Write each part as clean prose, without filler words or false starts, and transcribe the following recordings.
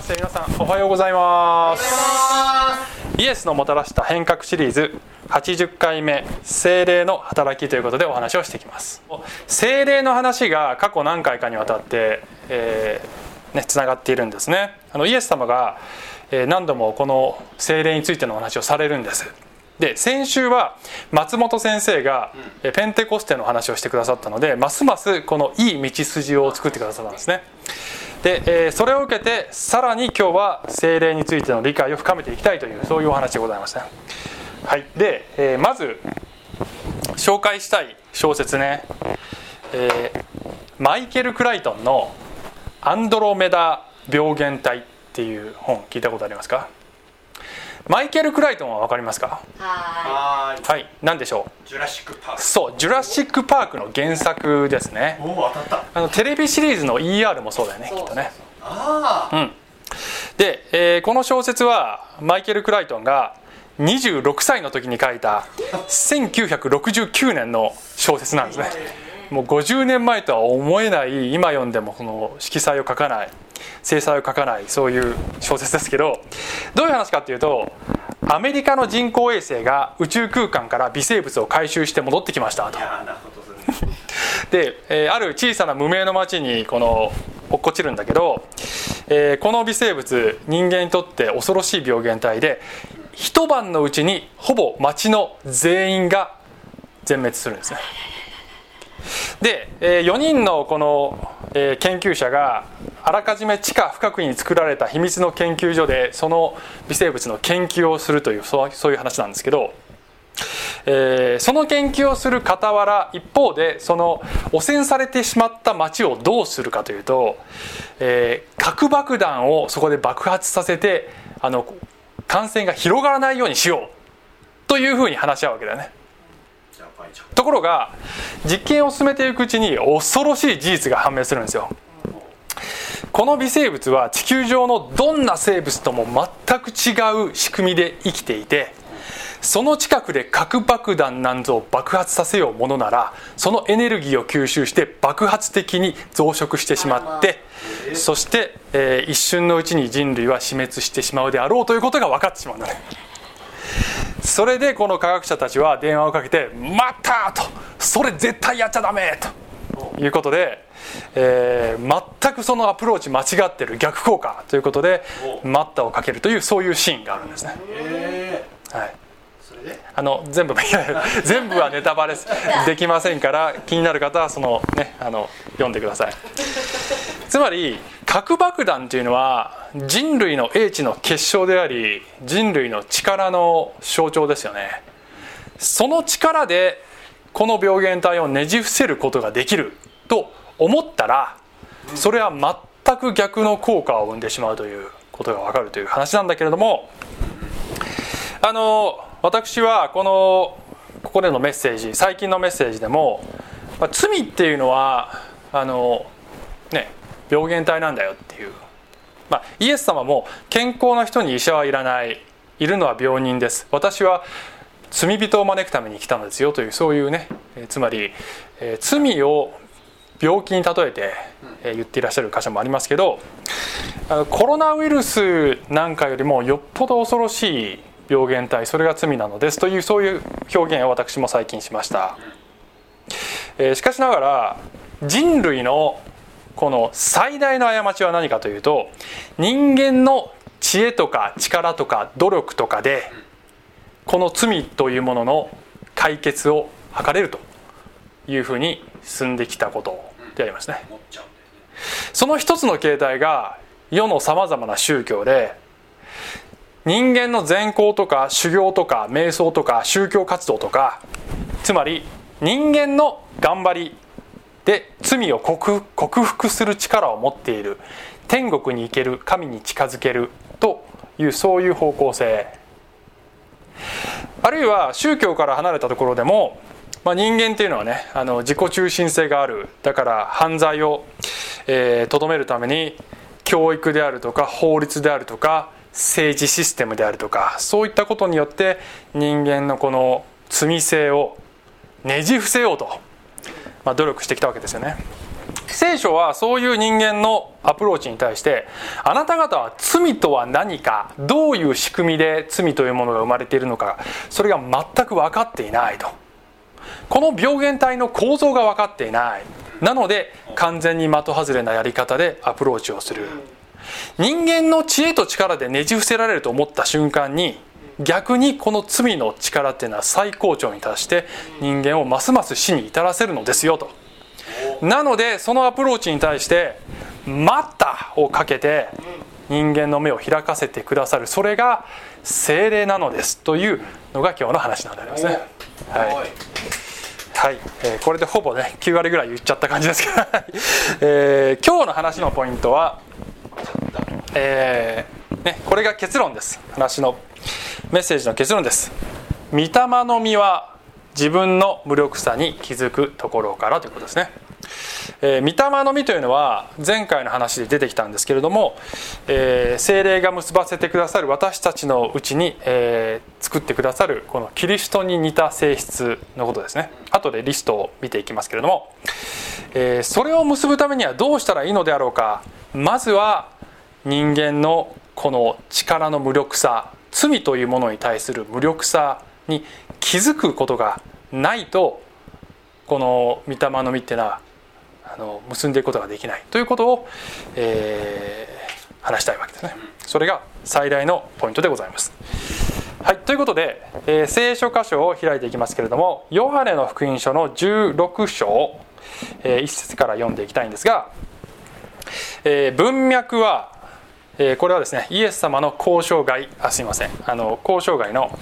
。皆さんおはようございます。イエスのもたらした変革シリーズ80回目、聖霊の働きということでお話をしていきます。聖霊の話が過去何回かにわたって、つながっているんですね。イエス様が、何度もこの聖霊についてのお話をされるんです。で、先週は松本先生がペンテコステの話をしてくださったので、ますますこのいい道筋を作ってくださったんですね。で、それを受けてさらに今日は聖霊についての理解を深めていきたいという、そういうお話でございますね。はい。で、まず紹介したい小説ね、マイケル・クライトンのアンドロメダ病原体っていう本、聞いたことありますか？マイケル・クライトンは分かりますか？はい。何でしょう？ ジュラシックパーク。 そう、ジュラシック・パークの原作ですね。 おお、当たった。 テレビシリーズの ER もそうだよね、きっとね。 ああ。 で、この小説はマイケル・クライトンが26歳の時に書いた1969年の小説なんですね。もう50年前とは思えない、今読んでもこの色彩を書かない、正彩を書かない、そういう小説ですけど、どういう話かっていうと、アメリカの人工衛星が宇宙空間から微生物を回収して戻ってきましたと。で、ある小さな無名の町に落っこちるんだけど、この微生物、人間にとって恐ろしい病原体で、一晩のうちにほぼ町の全員が全滅するんですね。で、4人のこの、研究者があらかじめ地下深くに作られた秘密の研究所でその微生物の研究をするという、そういう話なんですけど、その研究をする傍ら、一方でその汚染されてしまった町をどうするかというと、核爆弾をそこで爆発させて感染が広がらないようにしようというふうに話し合うわけだよね。ところが実験を進めていくうちに恐ろしい事実が判明するんですよ。この微生物は地球上のどんな生物とも全く違う仕組みで生きていて、その近くで核爆弾なんぞを爆発させようものなら、そのエネルギーを吸収して爆発的に増殖してしまって、そして、一瞬のうちに人類は死滅してしまうであろうということが分かってしまうんだね。それでこの科学者たちは電話をかけて、待ったと、それ絶対やっちゃダメということで、全くそのアプローチ間違ってる、逆効果ということで待ったをかけるという、そういうシーンがあるんですね。はい。全部はネタバレできませんから、気になる方は読んでください。つまり核爆弾というのは人類の英知の結晶であり、人類の力の象徴ですよね。その力でこの病原体をねじ伏せることができると思ったら、それは全く逆の効果を生んでしまうということが分かるという話なんだけれども、私はここでのメッセージ、最近のメッセージでも、罪っていうのは病原体なんだよっていう、イエス様も健康な人に医者はいらない、いるのは病人です、私は罪人を招くために来たのですよという、そういうね、つまり、罪を病気に例えて、言っていらっしゃる箇所もありますけど、コロナウイルスなんかよりもよっぽど恐ろしい病原体、それが罪なのですという、そういう表現を私も最近しました。しかしながら人類のこの最大の過ちは何かというと、人間の知恵とか力とか努力とかでこの罪というものの解決を図れるというふうに進んできたことでありますね。その一つの形態が世のさまざまな宗教で、人間の善行とか修行とか瞑想とか宗教活動とか、つまり人間の頑張りで罪を克服する力を持っている、天国に行ける、神に近づけるという、そういう方向性、あるいは宗教から離れたところでも、人間というのはね、自己中心性がある。だから犯罪をとどめるために教育であるとか法律であるとか政治システムであるとか、そういったことによって人間のこの罪性をねじ伏せようと、努力してきたわけですよね。 聖書はそういう人間のアプローチに対して、あなた方は罪とは何か、どういう仕組みで罪というものが生まれているのか、それが全く分かっていないと。この病原体の構造が分かっていない。なので完全に的外れなやり方でアプローチをする。人間の知恵と力でねじ伏せられると思った瞬間に、逆にこの罪の力っていうのは最高潮に達して人間をますます死に至らせるのですよと。なのでそのアプローチに対して待ったをかけて人間の目を開かせてくださる、それが聖霊なのですというのが今日の話なんでありますね。はい、はい、これでほぼね9割ぐらい言っちゃった感じですけど、今日の話のポイントは、これが結論です。話のメッセージの結論です。御霊の実は自分の無力さに気づくところからということですね。御霊の実というのは前回の話で出てきたんですけれども、聖霊が結ばせてくださる私たちのうちに、作ってくださるこのキリストに似た性質のことですね。後でリストを見ていきますけれども、それを結ぶためにはどうしたらいいのであろうか。まずは人間のこの力の無力さ、罪というものに対する無力さに気づくことがないと、この御霊の実っていうのは結んでいくことができないということを、話したいわけですね。それが最大のポイントでございます。はい、ということで、聖書箇所を開いていきますけれども、ヨハネの福音書の16章、1節から読んでいきたいんですが、文脈は、これはですね、イエス様の交渉外、交渉外の、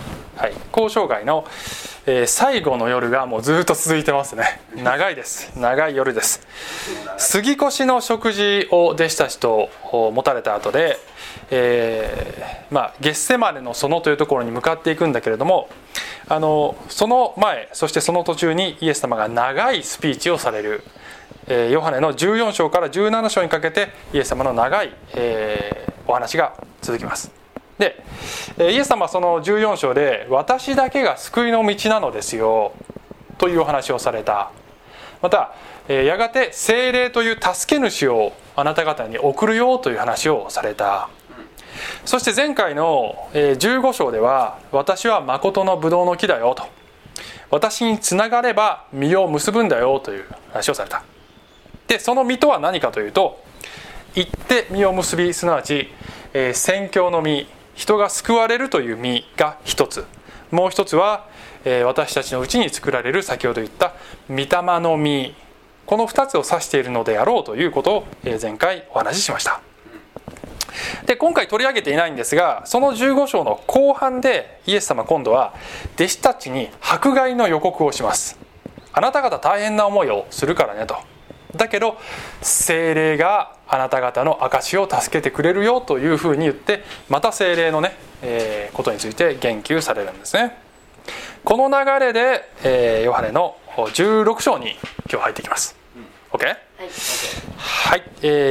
最後の夜がもうずっと続いてますね。長いです。長い夜です。杉越の食事を弟子たちと持たれた後で、ゲッセマネの園というところに向かっていくんだけれども、その前、そしてその途中にイエス様が長いスピーチをされる。ヨハネの14章から17章にかけてイエス様の長い、お話が続きます。で、イエス様はその14章で私だけが救いの道なのですよというお話をされた。またやがて聖霊という助け主をあなた方に送るよという話をされた。そして前回の15章では私は誠のブドウの木だよと、私につながれば実を結ぶんだよという話をされた。でその実とは何かというと、行って実を結び、すなわち、宣教の実、人が救われるという実が一つ、もう一つは、私たちのうちに作られる先ほど言った御霊の実、この二つを指しているのであろうということを前回お話ししました。で今回取り上げていないんですが、その15章の後半でイエス様今度は弟子たちに迫害の予告をします。あなた方大変な思いをするからねと。だけど聖霊があなた方の証を助けてくれるよというふうに言って、また聖霊のね、ことについて言及されるんですね。この流れで、ヨハネの16章に今日入っていきます。OK？ はい、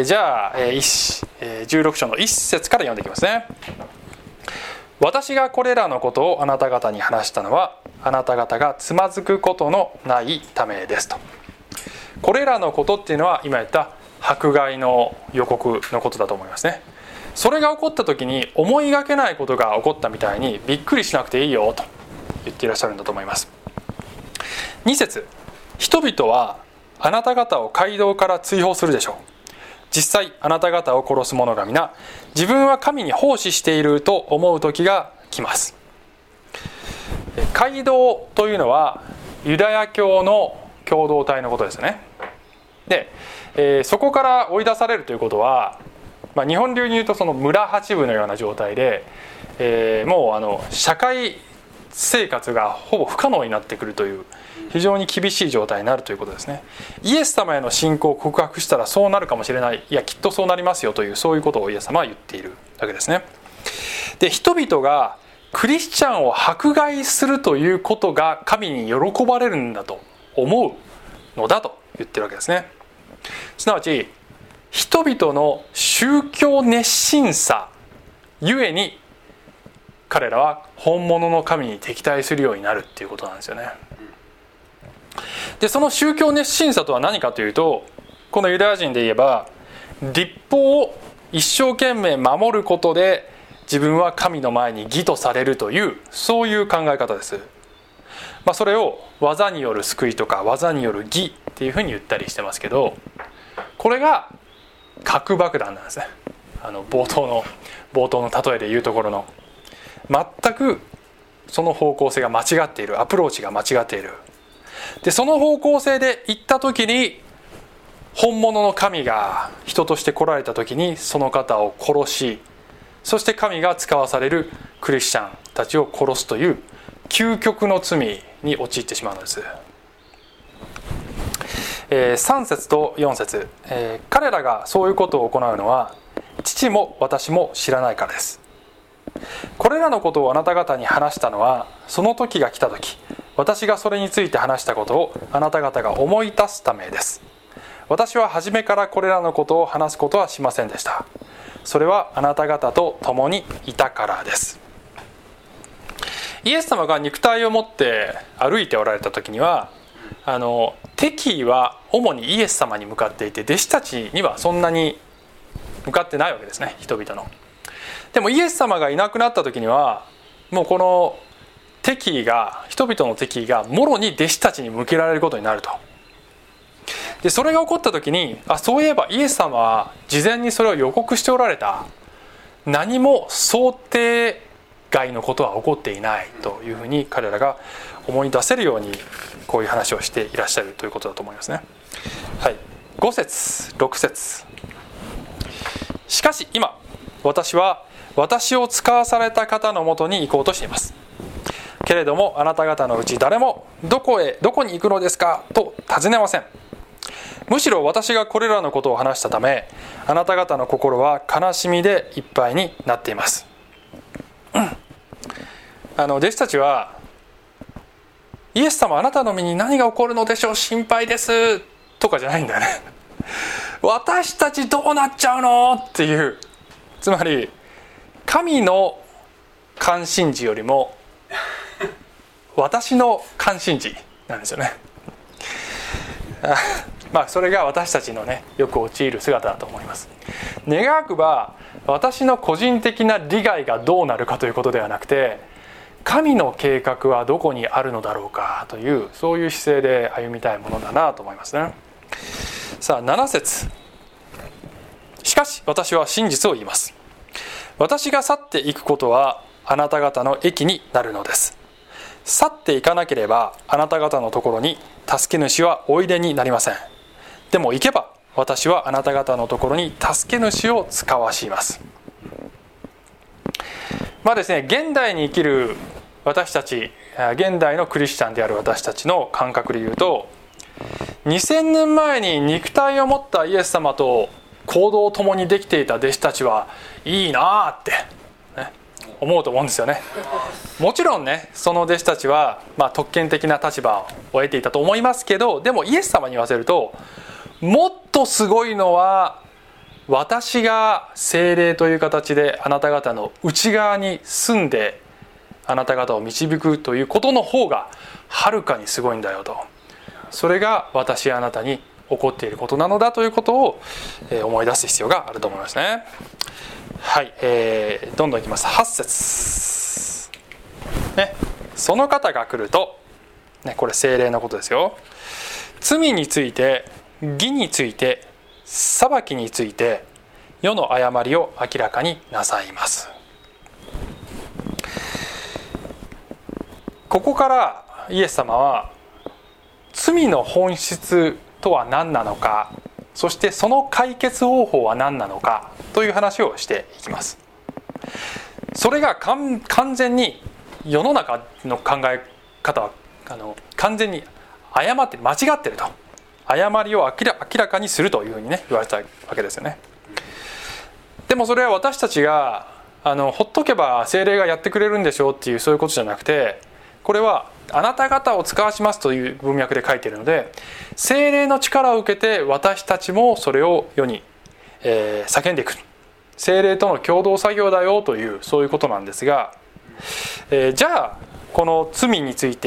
じゃあ、16章の1節から読んでいきますね。私がこれらのことをあなた方に話したのは、あなた方がつまずくことのないためですと。これらのことっていうのは今言った迫害の予告のことだと思いますね。それが起こった時に思いがけないことが起こったみたいにびっくりしなくていいよと言っていらっしゃるんだと思います。2節、人々はあなた方を街道から追放するでしょう。実際あなた方を殺す者が皆自分は神に奉仕していると思う時が来ます。街道というのはユダヤ教の共同体のことですね。で、そこから追い出されるということは、日本流に言うとその村八分のような状態で、もう社会生活がほぼ不可能になってくるという非常に厳しい状態になるということですね。イエス様への信仰を告白したらそうなるかもしれない、いやきっとそうなりますよという、そういうことをイエス様は言っているわけですね。で、人々がクリスチャンを迫害するということが神に喜ばれるんだと思うのだと言ってるわけですね。すなわち人々の宗教熱心さゆえに彼らは本物の神に敵対するようになるっていうことなんですよね。でその宗教熱心さとは何かというと、 このユダヤ人で言えば律法を一生懸命守ることで自分は神の前に義とされるという、そういう考え方です。それを技による救いとか技による義っていうふうに言ったりしてますけど、これが核爆弾なんですね。冒頭の例えで言うところの、全くその方向性が間違っている、アプローチが間違っている。でその方向性で行った時に、本物の神が人として来られた時にその方を殺し、そして神が使わされるクリスチャンたちを殺すという究極の罪に陥ってしまうのです。3節と4節、彼らがそういうことを行うのは父も私も知らないからです。これらのことをあなた方に話したのは、その時が来た時、私がそれについて話したことをあなた方が思い出すためです。私は初めからこれらのことを話すことはしませんでした。それはあなた方と共にいたからです。イエス様が肉体を持って歩いておられた時には、敵意は主にイエス様に向かっていて、弟子たちにはそんなに向かってないわけですね、人々の。でもイエス様がいなくなった時には、もうこの敵意が、人々の敵意がもろに弟子たちに向けられることになると。でそれが起こった時に、そういえばイエス様は事前にそれを予告しておられた、何も想定外のことは起こっていないというふうに彼らが思い出せるように、こういう話をしていらっしゃるということだと思いますね。はい、5節6節、しかし今私は私を使わされた方のもとに行こうとしています。けれどもあなた方のうち誰もどこに行くのですかと尋ねません。むしろ私がこれらのことを話したため、あなた方の心は悲しみでいっぱいになっています。弟子たちは、イエス様あなたの身に何が起こるのでしょう、心配ですとかじゃないんだよね。私たちどうなっちゃうのっていう、つまり神の関心事よりも私の関心事なんですよね。それが私たちのね、よく陥る姿だと思います。願わくば私の個人的な利害がどうなるかということではなくて、神の計画はどこにあるのだろうかという、そういう姿勢で歩みたいものだなと思いますね。さあ7節、しかし私は真実を言います。私が去っていくことはあなた方の益になるのです。去っていかなければあなた方のところに助け主はおいでになりません。でも行けば私はあなた方のところに助け主を使わします。ですね、現代に生きる私たち、現代のクリスチャンである私たちの感覚で言うと、2000年前に肉体を持ったイエス様と行動を共にできていた弟子たちはいいなって、ね、思うと思うんですよね。もちろんね、その弟子たちは、特権的な立場を得ていたと思いますけど、でもイエス様に言わせると、もっとすごいのは、私が聖霊という形であなた方の内側に住んであなた方を導くということの方がはるかにすごいんだよと。それが私やあなたに起こっていることなのだということを思い出す必要があると思いますね。はい、どんどんいきます。8節、ね、その方が来ると、ね、これ聖霊のことですよ。罪について、義について、裁きについて、世の誤りを明らかになさいます。ここからイエス様は罪の本質とは何なのか、そしてその解決方法は何なのかという話をしていきます。それが完全に世の中の考え方は完全に誤って間違っていると、誤りを明らかにするというふうにね、言われたわけですよね。でもそれは私たちがほっとけば聖霊がやってくれるんでしょうっていう、そういうことじゃなくて、これはあなた方を使わしますという文脈で書いているので、聖霊の力を受けて私たちもそれを世に、叫んでいく、聖霊との共同作業だよという、そういうことなんですが、じゃあこの罪について、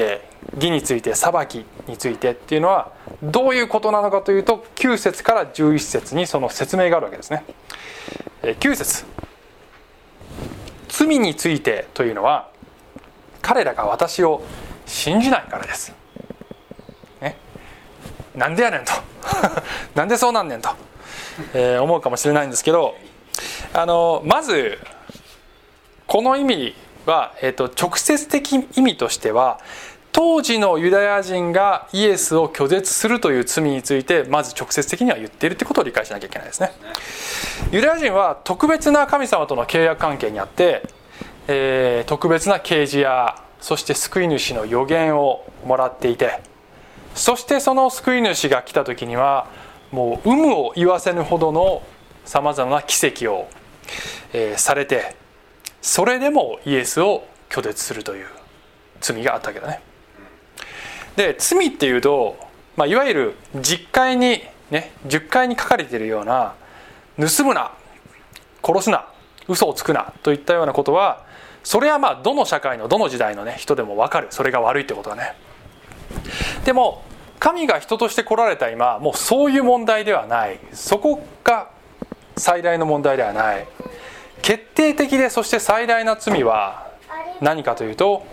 義について裁きについてっていうのはどういうことなのかというと、9節から11節にその説明があるわけですね。9節、罪についてというのは彼らが私を信じないからです、ね、なんでやねんとなんでそうなんねんと、思うかもしれないんですけど、まずこの意味は、直接的意味としては、当時のユダヤ人がイエスを拒絶するという罪についてまず直接的には言っているということを理解しなきゃいけないですね。ユダヤ人は特別な神様との契約関係にあって、特別な啓示やそして救い主の予言をもらっていて、そしてその救い主が来た時にはもう有無を言わせぬほどのさまざまな奇跡を、されて、それでもイエスを拒絶するという罪があったわけだね。で、罪っていうと、いわゆる10回に書かれているような盗むな、殺すな、嘘をつくなといったようなことは、それはどの社会のどの時代の人でも分かる、それが悪いってことだね。でも神が人として来られた今、もうそういう問題ではない。そこが最大の問題ではない。決定的でそして最大な罪は何かというと、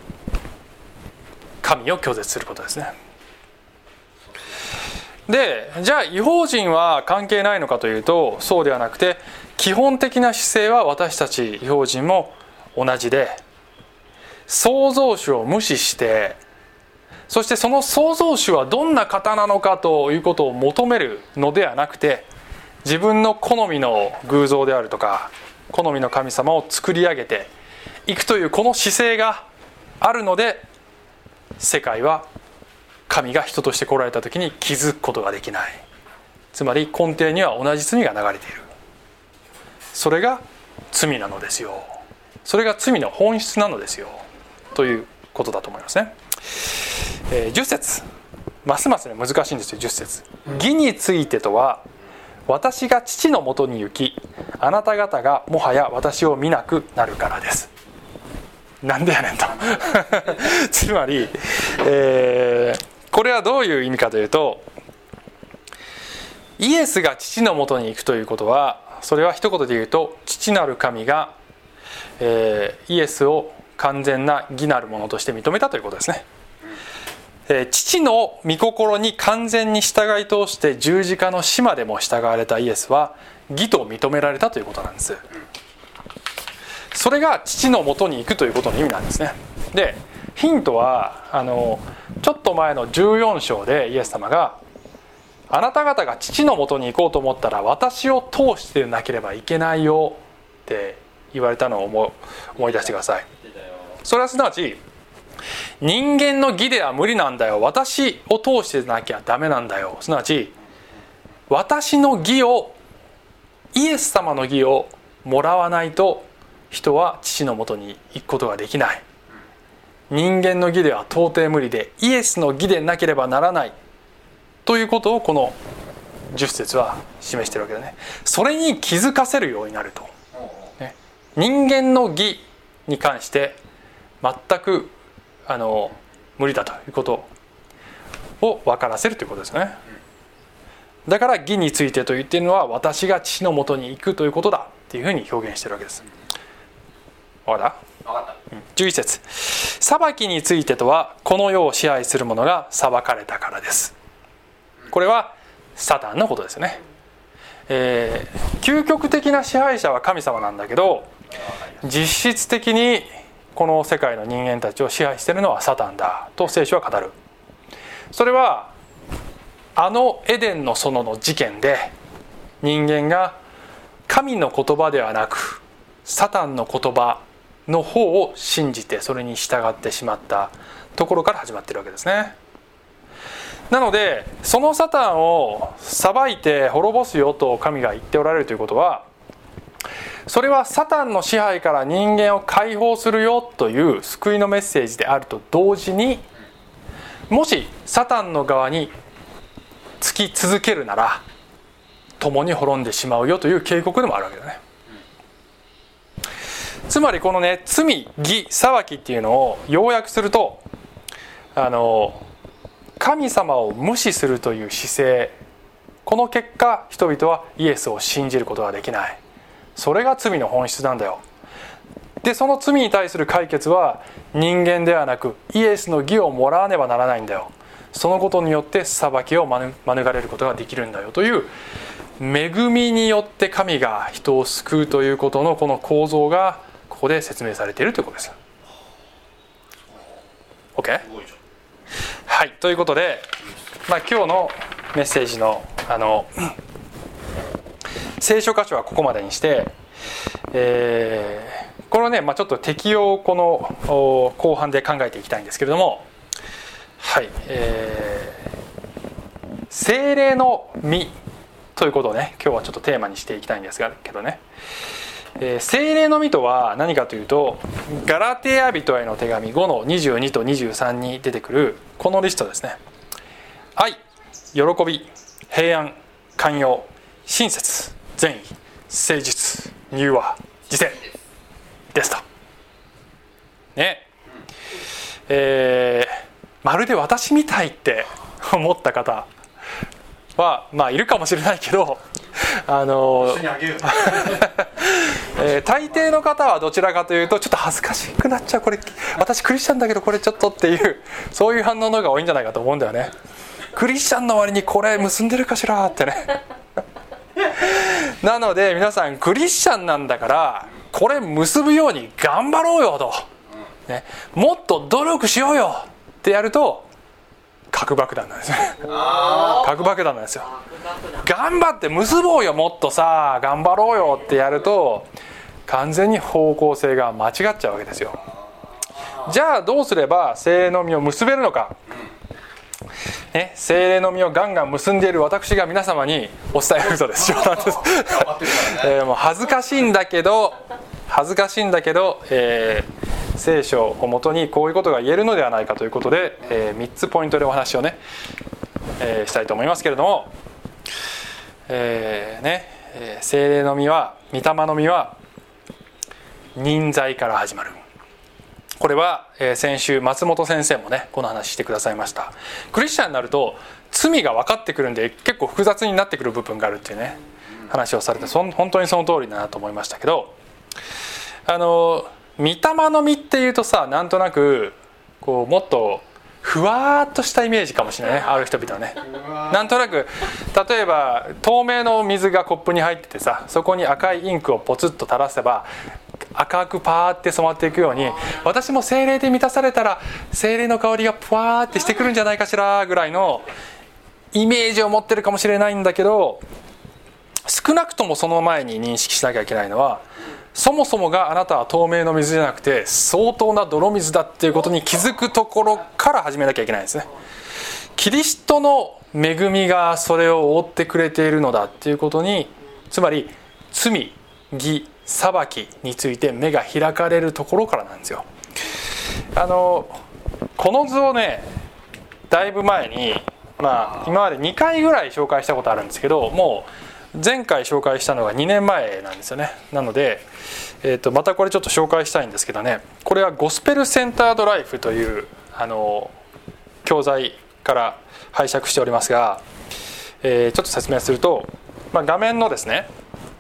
神を拒絶することですね。で、じゃあ異邦人は関係ないのかというと、そうではなくて、基本的な姿勢は私たち異邦人も同じで、創造主を無視して、そしてその創造主はどんな方なのかということを求めるのではなくて、自分の好みの偶像であるとか好みの神様を作り上げていくというこの姿勢があるので、世界は神が人として来られた時に気づくことができない。つまり根底には同じ罪が流れている。それが罪なのですよ。それが罪の本質なのですよ、ということだと思いますね。10節、ますます難しいんですよ。10節、義についてとは、私が父のもとに行き、あなた方がもはや私を見なくなるからです。なんでやねんとつまり、これはどういう意味かというと、イエスが父のもとに行くということは、それは一言で言うと、父なる神が、イエスを完全な義なるものとして認めたということですね。父の御心に完全に従い通して十字架の死までも従われたイエスは義と認められたということなんです。それが父のもとに行くということの意味なんですね。で、ヒントはちょっと前の14章でイエス様が、あなた方が父のもとに行こうと思ったら私を通してなければいけないよって言われたのを思い出してください。それはすなわち、人間の義では無理なんだよ、私を通してなきゃダメなんだよ。すなわち私の義を、イエス様の義をもらわないと人は父のもとに行くことができない。人間の義では到底無理で、イエスの義でなければならないということをこの10節は示しているわけだね。それに気づかせるようになると、ね、人間の義に関して全く無理だということを分からせるということですね。だから義についてと言っているのは、私が父のもとに行くということだっていうふうに表現しているわけです。分かった？ 11 節、裁きについてとは、この世を支配する者が裁かれたからです。これはサタンのことですよね。究極的な支配者は神様なんだけど、実質的にこの世界の人間たちを支配しているのはサタンだと聖書は語る。それはエデンの園の事件で、人間が神の言葉ではなくサタンの言葉の方を信じて、それに従ってしまったところから始まっているわけですね。なので、そのサタンを裁いて滅ぼすよと神が言っておられるということは、それはサタンの支配から人間を解放するよという救いのメッセージであると同時に、もしサタンの側につき続けるなら共に滅んでしまうよという警告でもあるわけだね。つまりこのね、罪、義、裁きっていうのを要約すると、 神様を無視するという姿勢、この結果人々はイエスを信じることができない。それが罪の本質なんだよ。でその罪に対する解決は人間ではなくイエスの義をもらわねばならないんだよ。そのことによって裁きを免れることができるんだよという恵みによって神が人を救うということのこの構造がここで説明されているということです。 OK？ はい、ということで、今日のメッセージの聖書箇所はここまでにして、このね、ちょっと適用をこの後半で考えていきたいんですけれども、はい、聖霊の実ということをね、今日はちょっとテーマにしていきたいんですけどね、聖霊の実とは何かというと、ガラテヤ人への手紙5の22と23に出てくるこのリストですね。愛、喜び、平安、寛容、親切、善意、誠実、柔和、自制ですとね。まるで私みたいって思った方はいるかもしれないけど、大抵の方はどちらかというとちょっと恥ずかしくなっちゃう、これ私クリスチャンだけどこれちょっとっていう、そういう反応の方が多いんじゃないかと思うんだよね。クリスチャンの割にこれ結んでるかしらってねなので皆さんクリスチャンなんだからこれ結ぶように頑張ろうよと、ね、もっと努力しようよってやると核爆弾なんですよ核爆弾なんですよ。頑張って結ぼうよ、もっとさ頑張ろうよってやると完全に方向性が間違っちゃうわけですよ。じゃあどうすれば聖霊の実を結べるのか、ね、聖霊の実をガンガン結んでいる私が皆様にお伝えするとです冗談ですもう恥ずかしいんだけど、聖書をもとにこういうことが言えるのではないかということで、3つポイントでお話をね、したいと思いますけれども、聖霊の実は、御霊の実は忍耐から始まる。これは、先週松本先生もねこの話してくださいました。クリスチャンになると罪が分かってくるんで結構複雑になってくる部分があるっていうね話をされて、本当にその通りだなと思いましたけど、御霊の実っていうとさ、なんとなくこうもっとふわーっとしたイメージかもしれないね、ある人々はね。なんとなく例えば透明の水がコップに入っててさ、そこに赤いインクをポツッと垂らせば赤くパーって染まっていくように、私も聖霊で満たされたら聖霊の香りがプワーってしてくるんじゃないかしらぐらいのイメージを持ってるかもしれないんだけど、少なくともその前に認識しなきゃいけないのは、そもそもがあなたは透明の水じゃなくて相当な泥水だっていうことに気づくところから始めなきゃいけないんですね。キリストの恵みがそれを覆ってくれているのだっていうことに、つまり罪、義、裁きについて目が開かれるところからなんですよ。この図をねだいぶ前に、今まで2回ぐらい紹介したことあるんですけど、もう前回紹介したのが2年前なんですよね。なので、またこれちょっと紹介したいんですけどね、これはゴスペルセンタードライフという教材から拝借しておりますが、ちょっと説明すると、画面のですね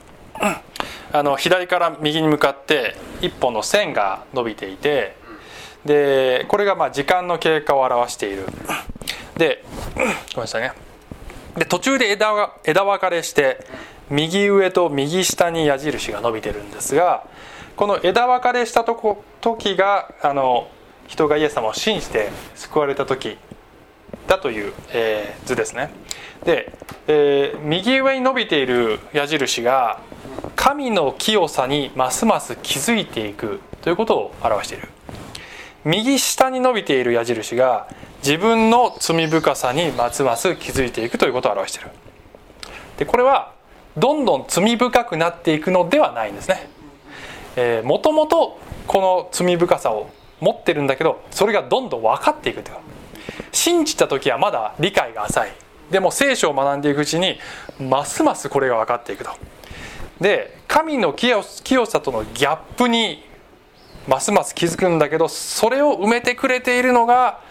左から右に向かって一本の線が伸びていて、でこれが時間の経過を表している。でごめんなさいね。で途中で枝分かれして右上と右下に矢印が伸びてるんですが、この枝分かれした時が人がイエス様を信じて救われた時だという、図ですね。で、右上に伸びている矢印が神の清さにますます気づいていくということを表している。右下に伸びている矢印が自分の罪深さにますます気づいていくということを表している。でこれはどんどん罪深くなっていくのではないんですね。もともとこの罪深さを持ってるんだけど、それがどんどん分かっていくという。信じた時はまだ理解が浅い。でも聖書を学んでいくうちにますますこれが分かっていくと。で神の清さとのギャップにますます気づくんだけど、それを埋めてくれているのが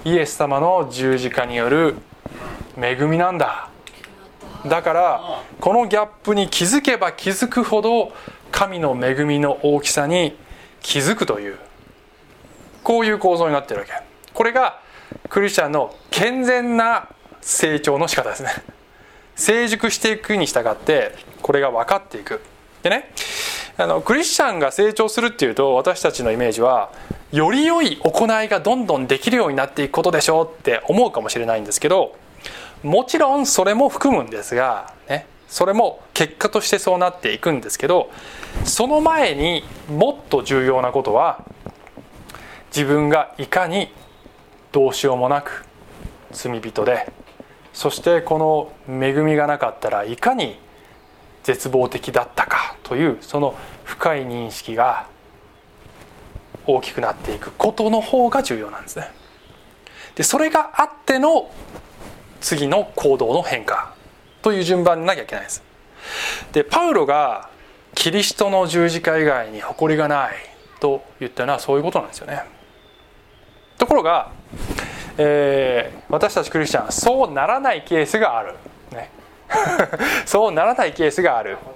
イエス様の十字架による恵みなんだ。だからこのギャップに気づけば気づくほど神の恵みの大きさに気づくという、こういう構造になっているわけ。これがクリスチャンの健全な成長の仕方ですね。成熟していくに従ってこれが分かっていく。でね、クリスチャンが成長するっていうと、私たちのイメージはより良い行いがどんどんできるようになっていくことでしょうって思うかもしれないんですけど、もちろんそれも含むんですが、ね、それも結果としてそうなっていくんですけど、その前にもっと重要なことは、自分がいかにどうしようもなく罪人で、そしてこの恵みがなかったらいかに絶望的だったかという、その深い認識が大きくなっていくことの方が重要なんですね。でそれがあっての次の行動の変化という順番になきゃいけないです。でパウロがキリストの十字架以外に誇りがないと言ったのはそういうことなんですよね。ところが、私たちクリスチャンはそうならないケースがある、ね、そうならないケースがある。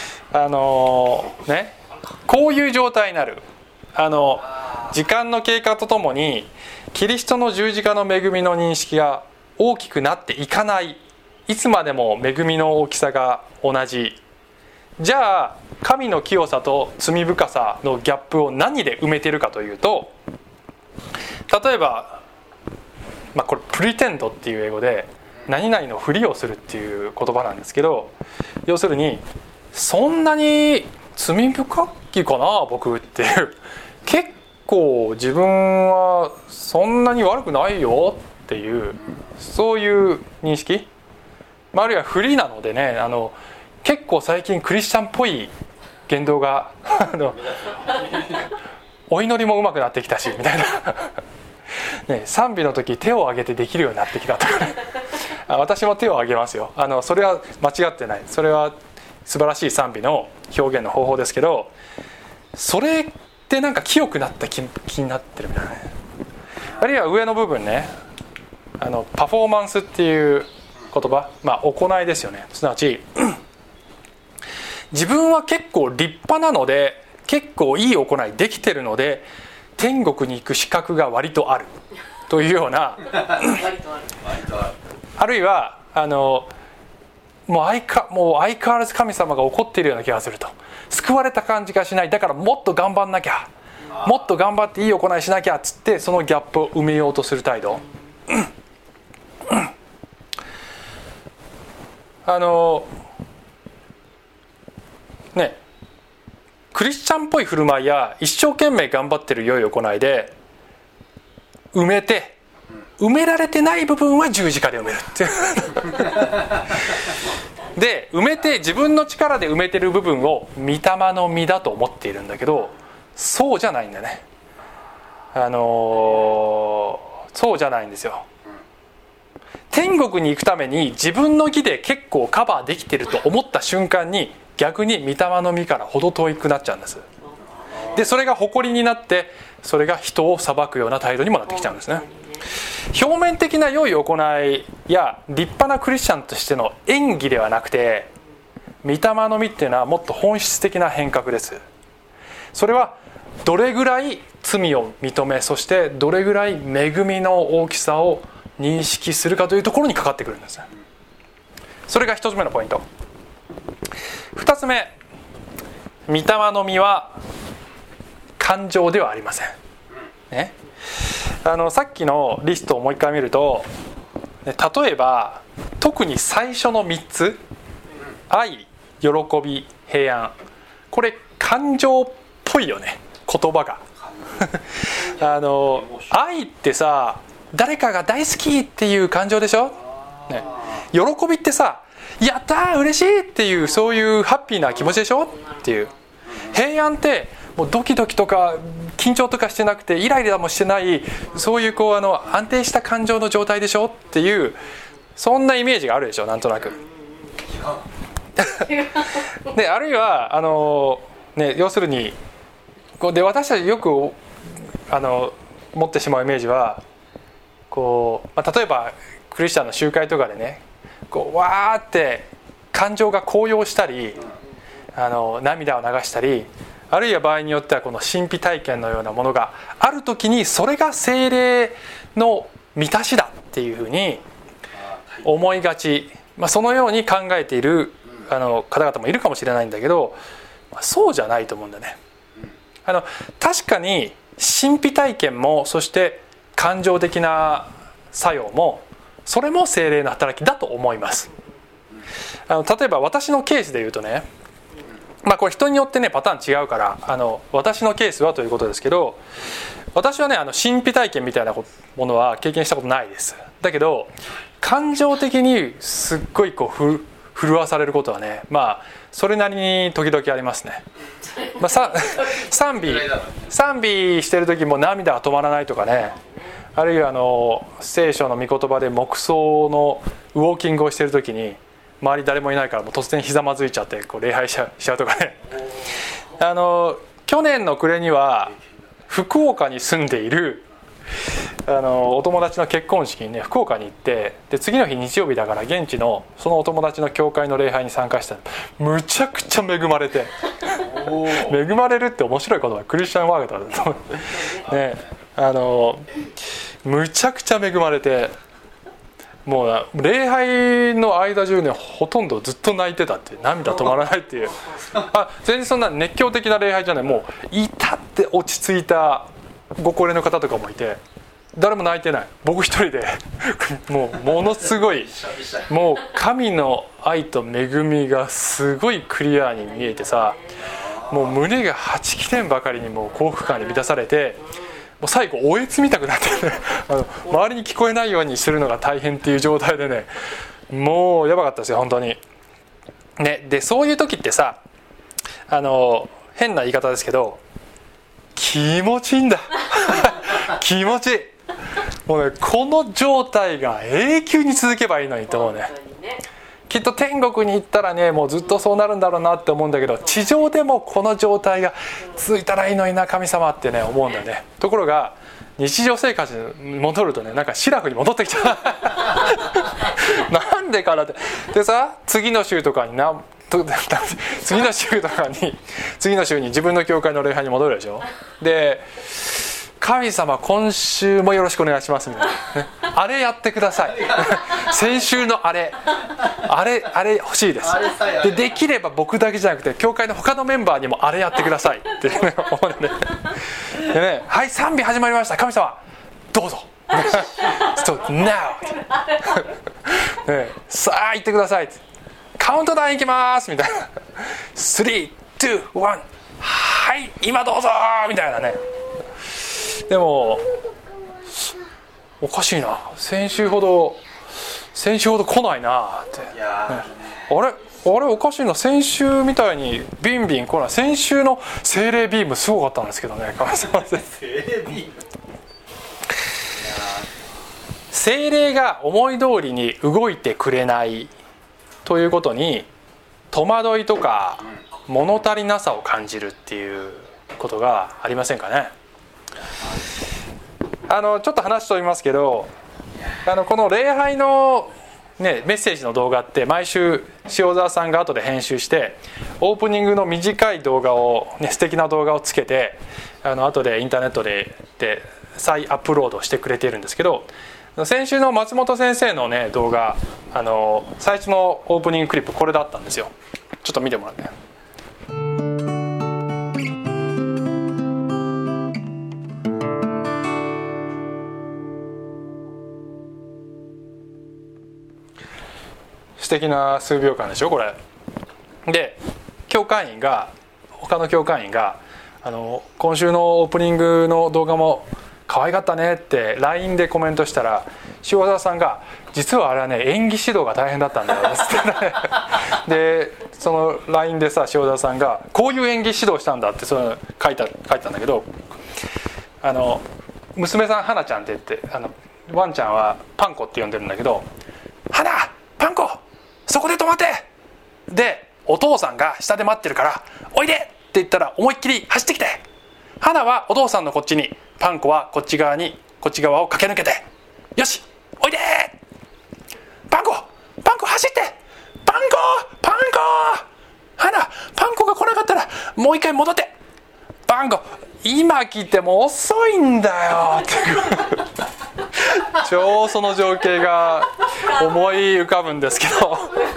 ね、こういう状態になる。時間の経過とともにキリストの十字架の恵みの認識が大きくなっていかない。いつまでも恵みの大きさが同じ。じゃあ神の清さと罪深さのギャップを何で埋めているかというと、例えば、これプリテンドっていう英語で何々のふりをするっていう言葉なんですけど、要するにそんなに罪深きかな僕っていう、結構自分はそんなに悪くないよっていう、そういう認識、あるいはフリーなのでね、結構最近クリスチャンっぽい言動がお祈りも上手くなってきたしみたいなね、賛美の時手を挙げてできるようになってきたとかね私も手を挙げますよ。それは間違ってない。それは素晴らしい賛美の表現の方法ですけど、それってなんか清くなった 気になってるみたいなね。あるいは上の部分ね、パフォーマンスっていう言葉、行いですよね。すなわち自分は結構立派なので、結構いい行いできてるので天国に行く資格が割とあるというようなあるいはもう相変わらず神様が怒っているような気がすると、救われた感じがしない、だからもっと頑張んなきゃ、もっと頑張っていい行いしなきゃっつって、そのギャップを埋めようとする態度ね、クリスチャンっぽい振る舞いや一生懸命頑張ってる良い行いで埋められてない部分は十字架で埋めるってで、埋めて自分の力で埋めてる部分を御霊の実だと思っているんだけど、そうじゃないんだね。そうじゃないんですよ。天国に行くために自分の義で結構カバーできてると思った瞬間に、逆に御霊の実から程遠くなっちゃうんです。でそれが誇りになって、それが人を裁くような態度にもなってきちゃうんですね。表面的な良い行いや立派なクリスチャンとしての演技ではなくて、御霊の実っていうのはもっと本質的な変革です。それはどれぐらい罪を認め、そしてどれぐらい恵みの大きさを認識するかというところにかかってくるんです。それが一つ目のポイント。二つ目、御霊の実は感情ではありません、ね、さっきのリストをもう一回見ると、例えば特に最初の3つ、愛、喜び、平安、これ感情っぽいよね、言葉が愛ってさ、誰かが大好きっていう感情でしょ、ね、喜びってさ、やったー嬉しいっていう、そういうハッピーな気持ちでしょっていう。平安ってもうドキドキとか緊張とかしてなくて、イライラもしてない、そういう安定した感情の状態でしょっていう、そんなイメージがあるでしょ、なんとなくであるいは要するにで、私たちよく持ってしまうイメージは、 こう、例えばクリスチャンの集会とかでねこうわーって感情が高揚したり涙を流したり、あるいは場合によってはこの神秘体験のようなものがある時にそれが聖霊の満たしだっていうふうに思いがち、そのように考えている方々もいるかもしれないんだけど、そうじゃないと思うんだね。確かに神秘体験もそして感情的な作用もそれも聖霊の働きだと思います。例えば私のケースで言うとね、これ人によってねパターン違うから私のケースはということですけど、私はね神秘体験みたいなものは経験したことないです。だけど感情的にすっごいこう震わされることはねそれなりに時々ありますね。賛美してる時も涙が止まらないとかね、あるいは聖書の御言葉で黙想のウォーキングをしてる時に周り誰もいないからもう突然ひざまずいちゃってこう礼拝しちゃうとかね。去年の暮れには福岡に住んでいるお友達の結婚式にね福岡に行って、で次の日日曜日だから現地のそのお友達の教会の礼拝に参加したらむちゃくちゃ恵まれて恵まれるって面白い言葉、クリスチャンワードだとね、むちゃくちゃ恵まれて、もう礼拝の間中ねほとんどずっと泣いてたっていう、涙止まらないっていう全然そんな熱狂的な礼拝じゃない、もう至って落ち着いたご高齢の方とかもいて誰も泣いてない、僕一人でもうものすごいもう神の愛と恵みがすごいクリアに見えてさ、もう胸がはちきれんばかりにもう幸福感に満たされて、もう最後おえつみたくなってね周りに聞こえないようにするのが大変っていう状態でね、もうやばかったですよ本当にね。でそういう時ってさ変な言い方ですけど気持ちいいんだ気持ちいい、もうねこの状態が永久に続けばいいのにと思うね。きっと天国に行ったらねもうずっとそうなるんだろうなって思うんだけど、地上でもこの状態が続いたらいいのにな神様ってね思うんだよね。ところが日常生活に戻るとねなんかシラフに戻ってきちゃうなんでかなって。でさ次の週とかに次の週に自分の教会の礼拝に戻るでしょ。で神様今週もよろしくお願いしますみたいな、あれやってください先週のあれ欲しいです。できれば僕だけじゃなくて教会の他のメンバーにもあれやってくださいって思うね。でね、はい賛美始まりました、神様どうぞNow ね、さあ行ってくださいって、カウントダウン行きますみたいな3、2、1はい今どうぞみたいなね。でもおかしいな、先週ほど来ないなって、ね、あれおかしいな、先週みたいにビンビン来ない。先週の精霊ビームすごかったんですけどね精霊が思い通りに動いてくれないということに戸惑いとか物足りなさを感じるっていうことがありませんかね。ちょっと話飛びますけど、この礼拝の、メッセージの動画って毎週塩沢さんが後で編集してオープニングの短い動画を、素敵な動画をつけて後でインターネットで再アップロードしてくれているんですけど、先週の松本先生の、動画最初のオープニングクリップこれだったんですよ。ちょっと見てもらってね。素敵な数秒間でしょこれで、他の教会員が今週のオープニングの動画も可愛かったねって LINE でコメントしたら、塩沢さんが実はあれはね演技指導が大変だったんだよってでその LINE でさ塩沢さんがこういう演技指導したんだってその書いたんだけど、娘さん花ちゃんって言ってワンちゃんはパンコって呼んでるんだけど、花パンコそこで止まって、でお父さんが下で待ってるからおいでって言ったら思いっきり走ってきて、花はお父さんのこっちに、パンコはこっち側を駆け抜けて、 よしおいでパンコ走ってパンコパンコが来なかったらもう一回戻ってパンコ今来ても遅いんだよって超その情景が思い浮かぶんですけど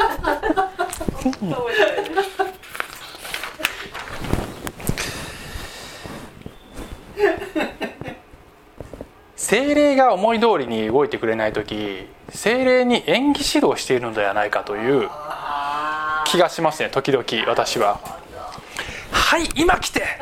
精霊が思い通りに動いてくれないとき、精霊に演技指導しているのではないかという気がしますね。時々私ははい今来て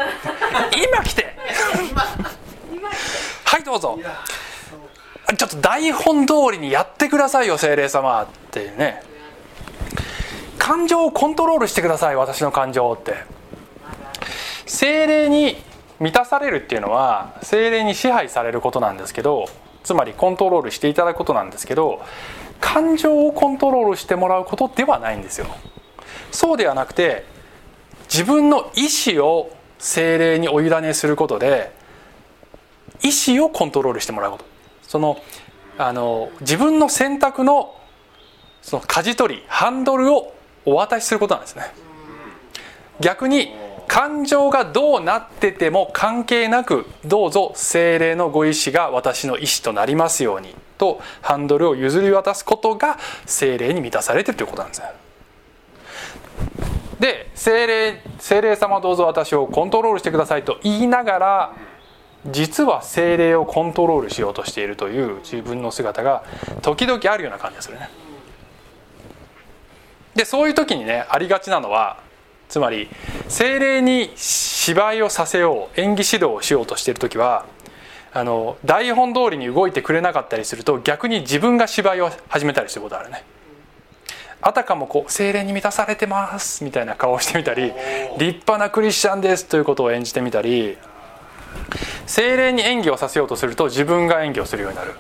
はいどうぞちょっと台本通りにやってくださいよ精霊様ってね、感情をコントロールしてください私の感情って。精霊に満たされるっていうのは精霊に支配されることなんですけど、つまりコントロールしていただくことなんですけど、感情をコントロールしてもらうことではないんですよ。そうではなくて自分の意思を精霊にお委ねすることで意思をコントロールしてもらうこと、自分の選択のその舵取りハンドルをお渡しすることなんですね。逆に感情がどうなってても関係なくどうぞ精霊のご意志が私の意志となりますようにとハンドルを譲り渡すことが精霊に満たされているということなんですね。で精霊様どうぞ私をコントロールしてくださいと言いながら実は精霊をコントロールしようとしているという自分の姿が時々あるような感じがするね。でそういう時にねありがちなのは、つまり精霊に芝居をさせよう演技指導をしようとしている時は台本通りに動いてくれなかったりすると逆に自分が芝居を始めたりすることがあるね。あたかも精霊に満たされてますみたいな顔をしてみたり、立派なクリスチャンですということを演じてみたり、精霊に演技をさせようとすると自分が演技をするようになる。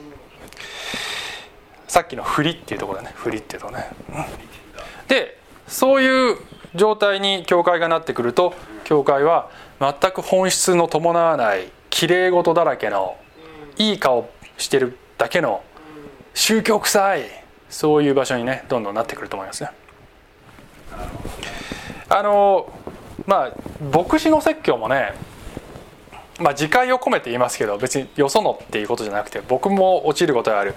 さっきの振りっていうところだね、振りっていうとね、でそういう状態に教会がなってくると、教会は全く本質の伴わないきれい事だらけのいい顔してるだけの宗教臭いそういう場所にねどんどんなってくると思いますね。牧師の説教もね、自戒を込めて言いますけど別によそのっていうことじゃなくて、僕も陥ることがある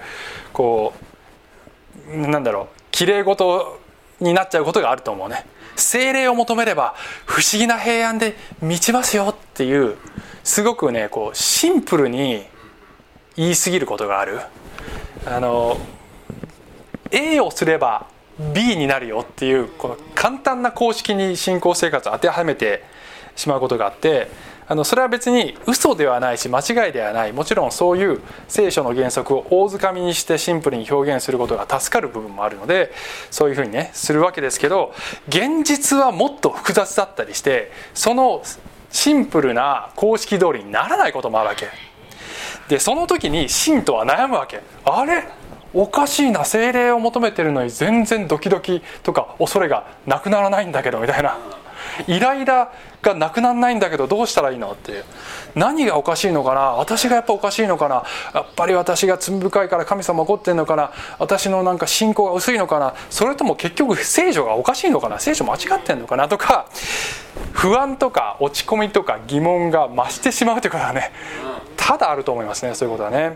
きれい事になっちゃうことがあると思うね。聖霊を求めれば不思議な平安で満ちますよっていうすごくねシンプルに言い過ぎることがある。A をすれば B になるよっていうこの簡単な公式に信仰生活を当てはめてしまうことがあって、それは別に嘘ではないし間違いではない。もちろんそういう聖書の原則を大掴みにしてシンプルに表現することが助かる部分もあるのでそういうふうにねするわけですけど、現実はもっと複雑だったりしてそのシンプルな公式通りにならないこともあるわけで、その時に信徒は悩むわけ。あれおかしいな、聖霊を求めてるのに全然ドキドキとか恐れがなくならないんだけどみたいな、イライラがなくならないんだけどどうしたらいいのっていう、何がおかしいのかな、私がやっぱおかしいのかな、やっぱり私が罪深いから神様怒ってんのかな、私の信仰が薄いのかな、それとも結局聖書がおかしいのかな、聖書間違ってんのかなとか、不安とか落ち込みとか疑問が増してしまうということはね多々あると思いますね。そういうことはね、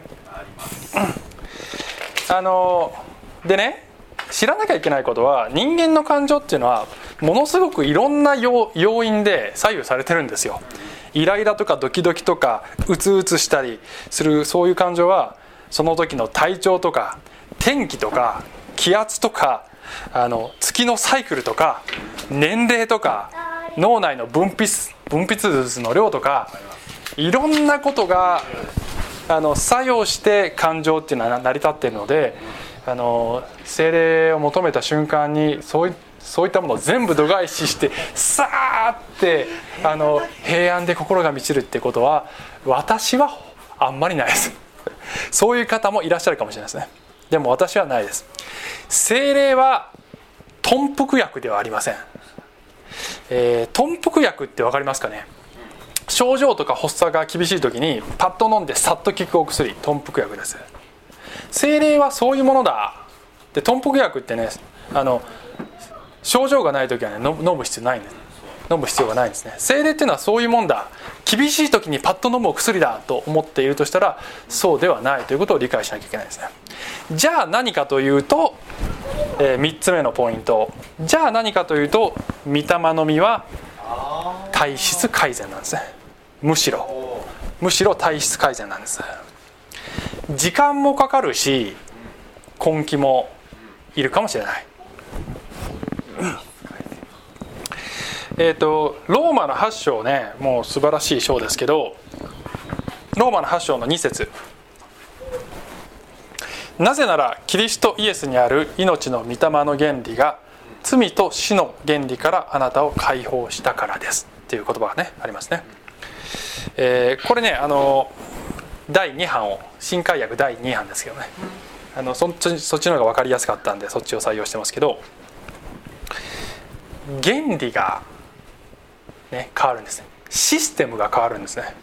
でね、知らなきゃいけないことは人間の感情っていうのはものすごくいろんな要因で左右されてるんですよ。イライラとかドキドキとかうつうつしたりするそういう感情はその時の体調とか天気とか気圧とか月のサイクルとか年齢とか脳内の分泌物の量とかいろんなことが作用して感情っていうのは成り立っているので、聖霊を求めた瞬間にそういったものを全部度外視してさーって平安で心が満ちるってことは私はあんまりないですそういう方もいらっしゃるかもしれないですね。でも私はないです。聖霊は頓服薬ではありません。頓服薬って分かりますかね。症状とか発作が厳しい時にパッと飲んでさっと効くお薬、頓服薬です。 聖霊はそういうものだ。で頓服薬ってね、症状がない時はね飲む必要ないんです。飲む必要がないんですね。聖霊っていうのはそういうもんだ、厳しい時にパッと飲むお薬だと思っているとしたら、そうではないということを理解しなきゃいけないですね。じゃあ何かというと、3つ目のポイント、じゃあ何かというと、御霊の実は体質改善なんですね。むしろ体質改善なんです。時間もかかるし根気もいるかもしれない。ローマの8章ね、もう素晴らしい章ですけど、ローマの8章の2節、なぜならキリストイエスにある命の御霊の原理が罪と死の原理からあなたを解放したからですっていう言葉がねありますね。これね第2版を新海訳第2版ですけどね、そっちの方が分かりやすかったんでそっちを採用してますけど、原理が、ね、変わるんですね。システムが変わるんですね。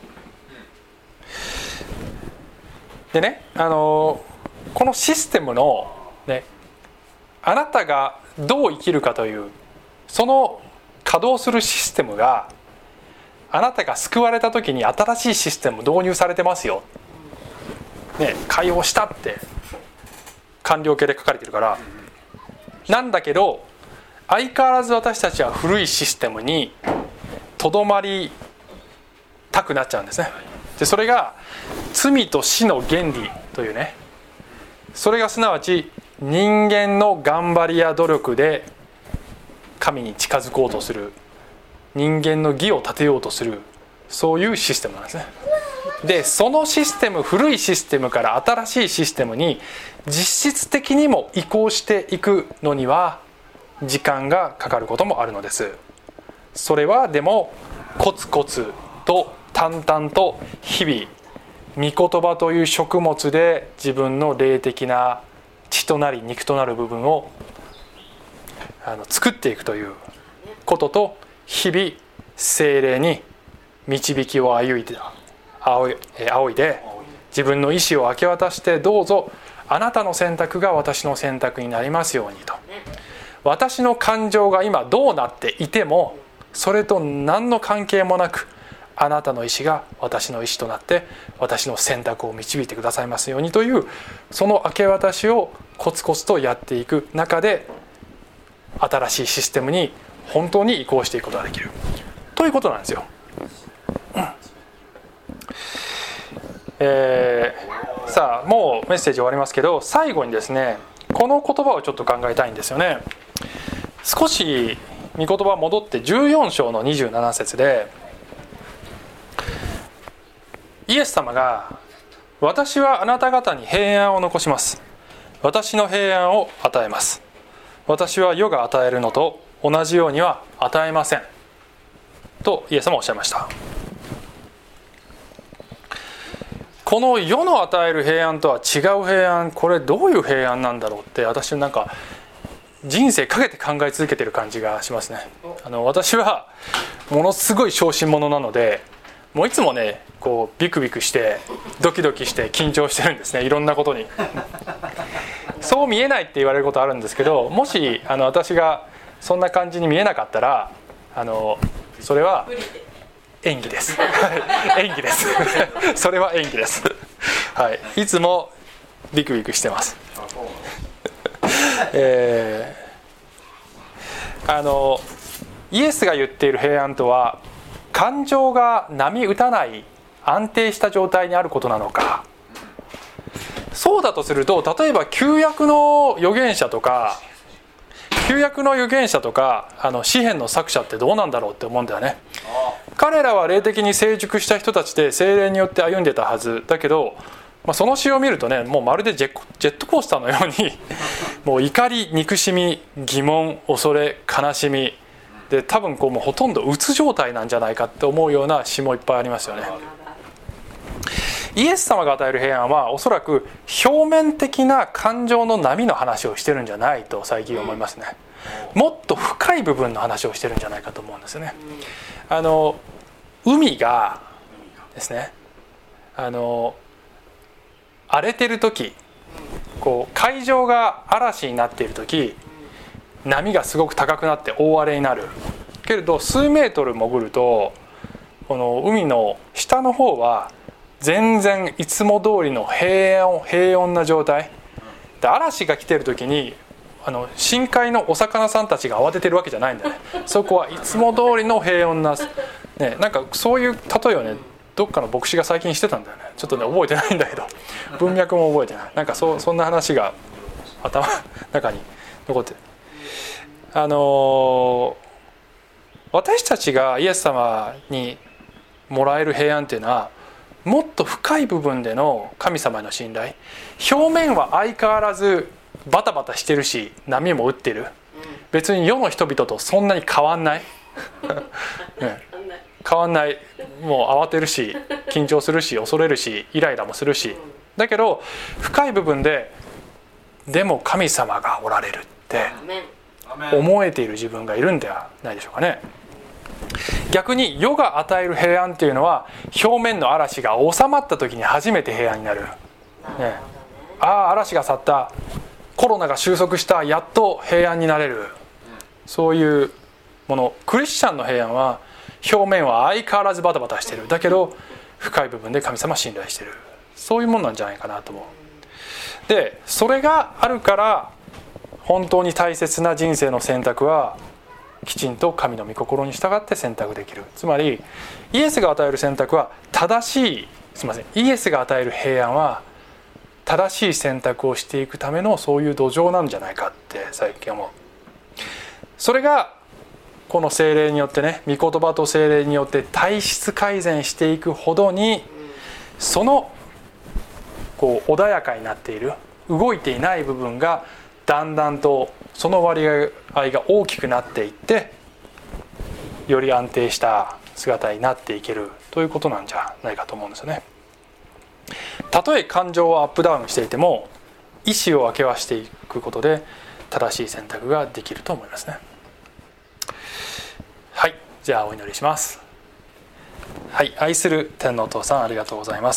でね、このシステムの、ね、あなたがどう生きるかというその稼働するシステムが、あなたが救われた時に新しいシステム導入されてますよ、ね、解放したって完了形で書かれてるから。なんだけど相変わらず私たちは古いシステムにとどまりたくなっちゃうんですね。でそれが罪と死の原理というね、それがすなわち人間の頑張りや努力で神に近づこうとする、人間の義を立てようとする、そういうシステムなんですね。でそのシステム、古いシステムから新しいシステムに実質的にも移行していくのには時間がかかることもあるのです。それはでもコツコツと淡々と日々御言葉という食物で自分の霊的な血となり肉となる部分を作っていくということと、日々聖霊に導きを仰いで自分の意志を明け渡して、どうぞあなたの選択が私の選択になりますようにと。私の感情が今どうなっていてもそれと何の関係もなく、あなたの意志が私の意志となって私の選択を導いてくださいますようにという、その明け渡しをコツコツとやっていく中で新しいシステムに本当に移行していくことができるということなんですよ。さあもうメッセージ終わりますけど、最後にですねこの言葉をちょっと考えたいんですよね。少し御言葉戻って14章の27節で、イエス様が私はあなた方に平安を残します、私の平安を与えます、私は世が与えるのと同じようには与えませんとイエス様はおっしゃいました。この世の与える平安とは違う平安、これどういう平安なんだろうって私なんか人生かけて考え続けてる感じがしますね。私はものすごい小心者なので、もういつもねこうビクビクしてドキドキして緊張してるんですね、いろんなことに。そう見えないって言われることあるんですけど、もし私がそんな感じに見えなかったらそれは演技です演技ですそれは演技です、はい、いつもビクビクしてますイエスが言っている平安とは、感情が波打たない安定した状態にあることなのか。そうだとすると、例えば旧約の預言者とか詩篇の作者ってどうなんだろうって思うんだよね。彼らは霊的に成熟した人たちで聖霊によって歩んでたはずだけど、その詩を見るとね、もうまるでジェットコースターのようにもう怒り、憎しみ、疑問、恐れ、悲しみで、多分もうほとんどうつ状態なんじゃないかって思うような詩もいっぱいありますよね。イエス様が与える平安はおそらく表面的な感情の波の話をしてるんじゃないと最近思いますね。もっと深い部分の話をしてるんじゃないかと思うんですよね。海がですね荒れてる時こう海上が嵐になっている時、波がすごく高くなって大荒れになるけれど、数メートル潜るとこの海の下の方は全然いつも通りの平穏な状態で、嵐が来てる時に深海のお魚さんたちが慌ててるわけじゃないんだよね。そこはいつも通りの平穏な、ね、なんかそういう例えをね、どっかの牧師が最近してたんだよね。ちょっとね覚えてないんだけど、文脈も覚えてない。なんかそんな話が頭の中に残ってる。私たちがイエス様にもらえる平安っていうのは、もっと深い部分での神様への信頼。表面は相変わらずバタバタしてるし、波も打ってる。別に世の人々とそんなに変わんない、ね、変わんない。もう慌てるし、緊張するし、恐れるし、イライラもするし、だけど深い部分ででも神様がおられるって思えている自分がいるんではないでしょうかね。逆に世が与える平安っていうのは、表面の嵐が収まった時に初めて平安になる、ね、ああ嵐が去った、コロナが収束した、やっと平安になれる、そういうもの。クリスチャンの平安は表面は相変わらずバタバタしてる、だけど深い部分で神様を信頼してる、そういうものなんじゃないかなと思う。でそれがあるから本当に大切な人生の選択はきちんと神の御心に従って選択できる。つまりイエスが与える選択はイエスが与える平安は正しい選択をしていくためのそういう土壌なんじゃないかって最近思う。それがこの聖霊によってね、御言葉と聖霊によって体質改善していくほどに、そのこう穏やかになっている、動いていない部分がだんだんとその割合が大きくなっていって、より安定した姿になっていけるということなんじゃないかと思うんですよね。たとえ感情をアップダウンしていても、意思を分けはしていくことで正しい選択ができると思いますね。はい、じゃあお祈りします。はい、愛する天のお父さん、ありがとうございます。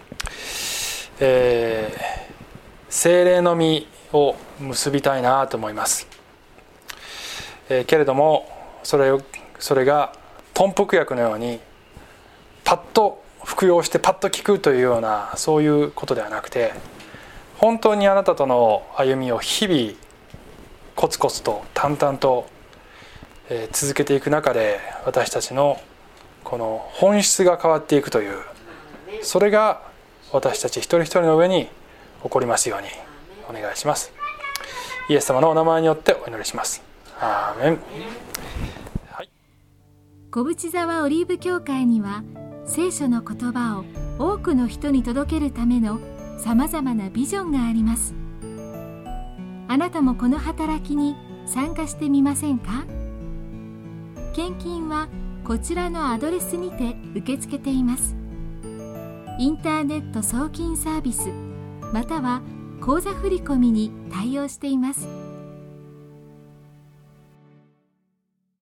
聖霊の実を結びたいなと思います。けれどもそれが頓服薬のようにパッと服用してパッと効くというような、そういうことではなくて、本当にあなたとの歩みを日々コツコツと淡々と続けていく中で、私たちのこの本質が変わっていくという、それが私たち一人一人の上に起こりますようにお願いします。イエス様のお名前によってお祈りします。アーメン。はい、 小淵沢オリーブ教会には聖書の言葉を多くの人に届けるためのさまざまなビジョンがあります。あなたもこの働きに参加してみませんか？献金はこちらのアドレスにて受け付けています。インターネット送金サービスまたは口座振込に対応しています。